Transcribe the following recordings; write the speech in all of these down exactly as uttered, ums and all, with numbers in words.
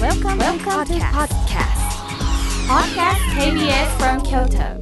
Welcome, Welcome to podcast. Podcast ケービーエス from Kyoto.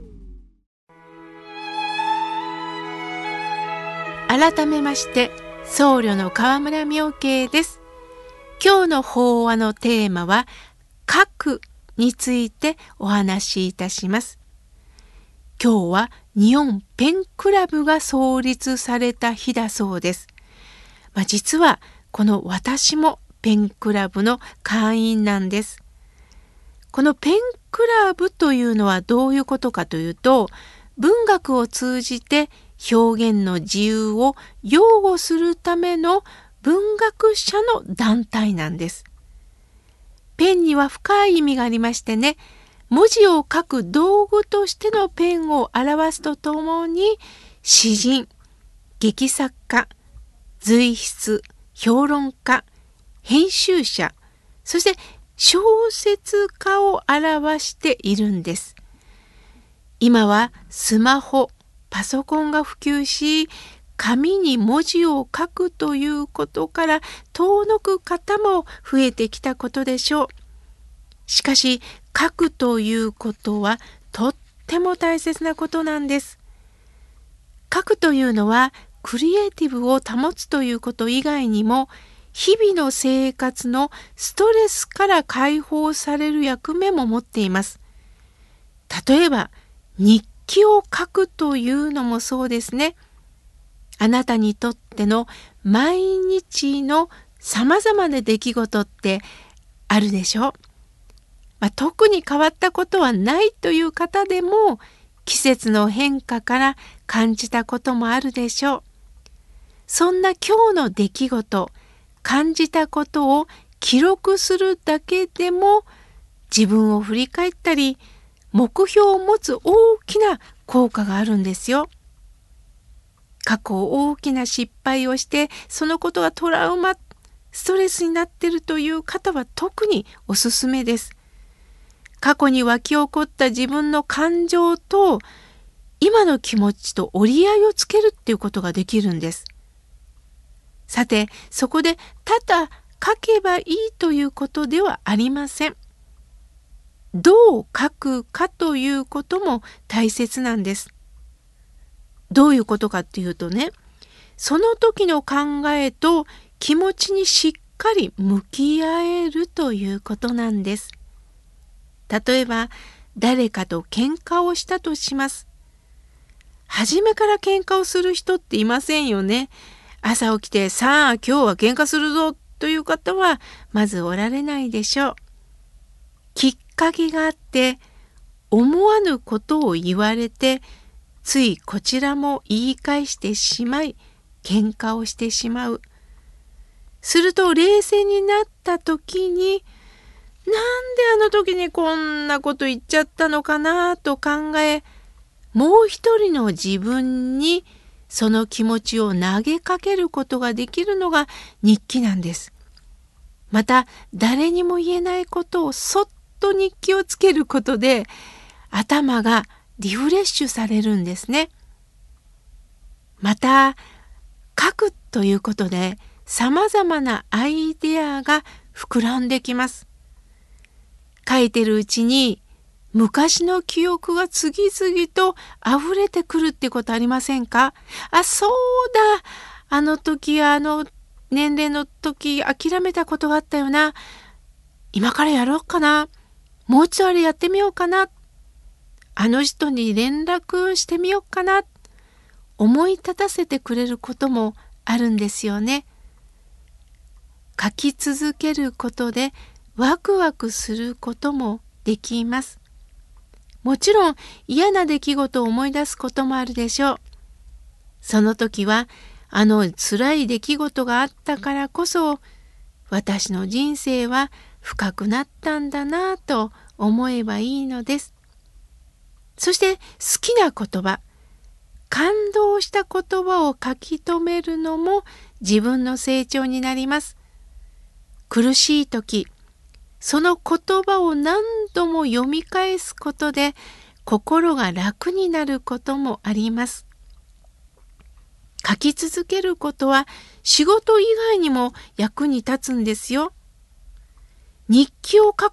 改めまして僧侶の河村妙慶です。今日の法話のテーマは核についてお話しいたします。今日は日本ペンクラブが創立された日だそうです。まあ、実はこの私もペンクラブの会員なんです。このペンクラブというのはどういうことかというと、文学を通じて表現の自由を擁護するための文学者の団体なんです。ペンには深い意味がありましてね、文字を書く道具としてのペンを表すとともに、詩人、劇作家、随筆、評論家、編集者、そして小説家を表しているんです。今はスマホ、パソコンが普及し、紙に文字を書くということから遠のく方も増えてきたことでしょう。しかし、書くということはとっても大切なことなんです。書くというのはクリエイティブを保つということ以外にも、日々の生活のストレスから解放される役目も持っています。例えば、日記を書くというのもそうですね。あなたにとっての毎日のさまざまな出来事ってあるでしょう。まあ、特に変わったことはないという方でも、季節の変化から感じたこともあるでしょう。そんな今日の出来事、感じたことを記録するだけでも自分を振り返ったり目標を持つ大きな効果があるんですよ。過去大きな失敗をしてそのことがトラウマ、ストレスになっているという方は特におすすめです。過去に湧き起こった自分の感情と今の気持ちと折り合いをつけるっていうことができるんです。さて、そこでただ書けばいいということではありません。どう書くかということも大切なんです。どういうことかっていうとね、その時の考えと気持ちにしっかり向き合えるということなんです。例えば、誰かと喧嘩をしたとします。初めから喧嘩をする人っていませんよね。朝起きて、さあ今日は喧嘩するぞという方はまずおられないでしょう。きっかけがあって思わぬことを言われてついこちらも言い返してしまい喧嘩をしてしまう。すると冷静になった時になんであの時にこんなこと言っちゃったのかなと考え、もう一人の自分にその気持ちを投げかけることができるのが日記なんです。また誰にも言えないことをそっと日記をつけることで頭がリフレッシュされるんですね。また書くということでさまざまなアイデアが膨らんできます。書いてるうちに昔の記憶が次々と溢れてくるってことありませんか？あ、そうだ。あの時、あの年齢の時、諦めたことがあったよな。今からやろうかな。もう一度あれやってみようかな。あの人に連絡してみようかな。思い立たせてくれることもあるんですよね。書き続けることでワクワクすることもできます。もちろん嫌な出来事を思い出すこともあるでしょう。その時はあの辛い出来事があったからこそ私の人生は深くなったんだなぁと思えばいいのです。そして好きな言葉、感動した言葉を書き留めるのも自分の成長になります。苦しい時、その言葉を何度も読み返すことで心が楽になることもあります。書き続けることは仕事以外にも役に立つんですよ。日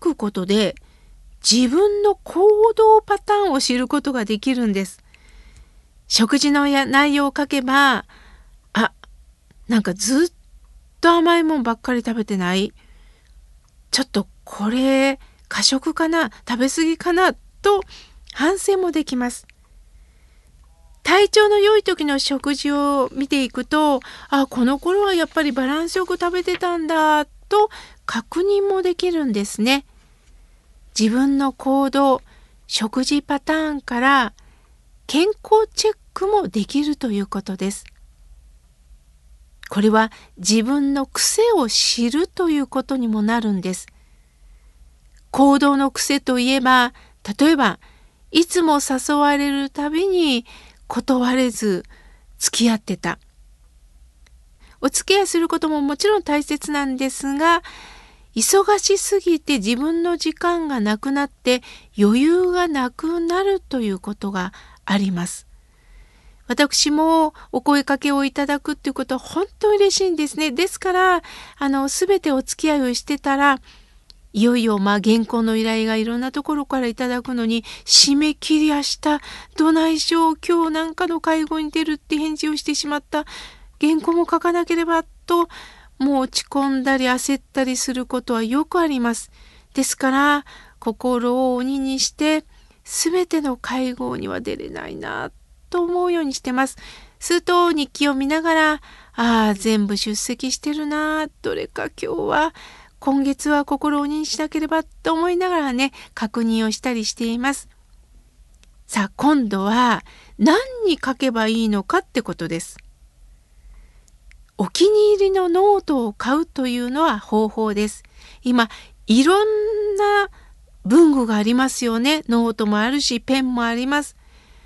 くことで自分の行動パターンを知ることができるんです。食事のや内容を書けば、あ、なんかずっと甘いもんばっかり食べてない？ちょっとこれ過食かな？食べ過ぎかな？と反省もできます。体調の良い時の食事を見ていくと、あ、この頃はやっぱりバランスよく食べてたんだと確認もできるんですね。自分の行動、食事パターンから健康チェックもできるということです。これは自分の癖を知るということにもなるんです。行動の癖といえば、例えばいつも誘われるたびに断れず付き合ってた。お付き合いすることももちろん大切なんですが、忙しすぎて自分の時間がなくなって余裕がなくなるということがあります。私もお声かけをいただくっていうことは本当に嬉しいんですね。ですから、あの、すべてお付き合いをしてたら、いよいよまあ原稿の依頼がいろんなところからいただくのに、締め切りやした、どないしょう、今日なんかの会合に出るって返事をしてしまった、原稿も書かなければと、もう落ち込んだり焦ったりすることはよくあります。ですから、心を鬼にして、すべての会合には出れないな、と思うようにしてます。すると日記を見ながら、ああ、全部出席してるな、どれか今日は、今月は心を鬼にしなければと思いながらね、確認をしたりしています。さあ、今度は何に書けばいいのかってことです。お気に入りのノートを買うというのは方法です。今、いろんな文具がありますよね。ノートもあるし、ペンもあります。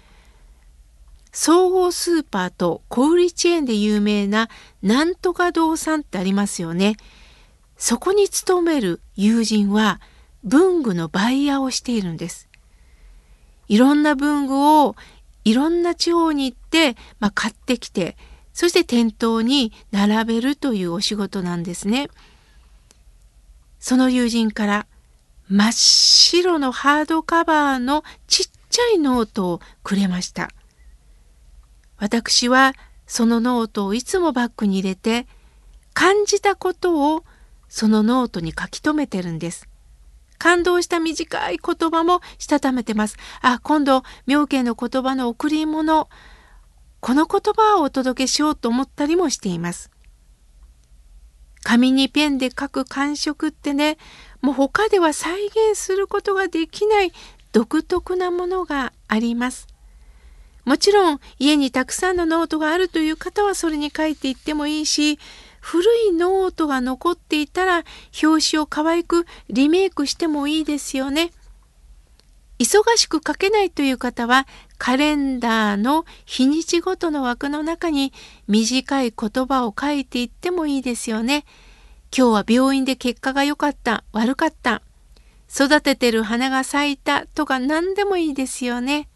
総合スーパーと小売チェーンで有名ななんとか堂さんってありますよね。そこに勤める友人は文具のバイヤーをしているんです。いろんな文具をいろんな地方に行って、まあ、買ってきて、そして店頭に並べるというお仕事なんですね。その友人から真っ白のハードカバーのちっちゃいノートをくれました。私はそのノートをいつもバッグに入れて、感じたことをそのノートに書き留めてるんです。感動した短い言葉もしたためてます。あ、今度妙見の言葉の贈り物、この言葉をお届けしようと思ったりもしています。紙にペンで書く感触ってね、もう他では再現することができない独特なものがあります。もちろん家にたくさんのノートがあるという方はそれに書いていってもいいし、古いノートが残っていたら表紙を可愛くリメイクしてもいいですよね。忙しく書けないという方はカレンダーの日にちごとの枠の中に短い言葉を書いていってもいいですよね。今日は病院で結果が良かった、悪かった、育ててる花が咲いたとか何でもいいですよね。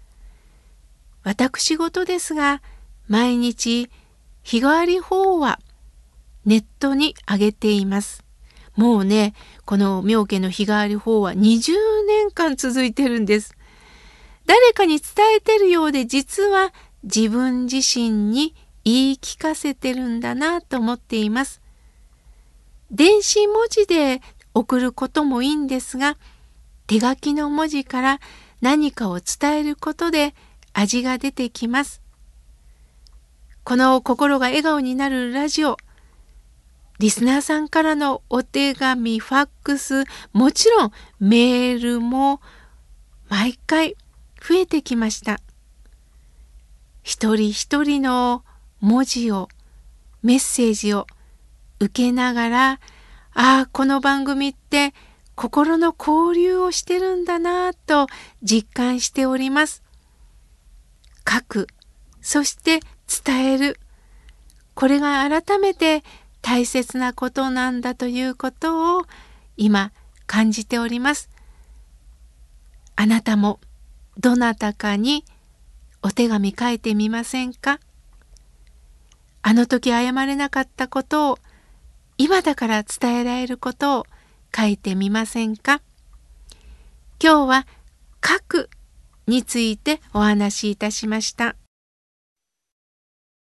私事ですが、毎日日替わり法話ネットに上げています。もうね、この妙見の日替わり法話にじゅうねんかん続いてるんです。誰かに伝えてるようで、実は自分自身に言い聞かせてるんだなと思っています。電子文字で送ることもいいんですが、手書きの文字から何かを伝えることで味が出てきます。この心が笑顔になるラジオ、リスナーさんからのお手紙、ファックス、もちろんメールも毎回増えてきました。一人一人の文字を、メッセージを受けながら、ああ、この番組って心の交流をしてるんだなぁと実感しております。書く、そして伝える。これが改めて大切なことなんだということを今感じております。あなたもどなたかにお手紙書いてみませんか？あの時謝れなかったことを今だから伝えられることを書いてみませんか？今日は書くについてお話しいたしました。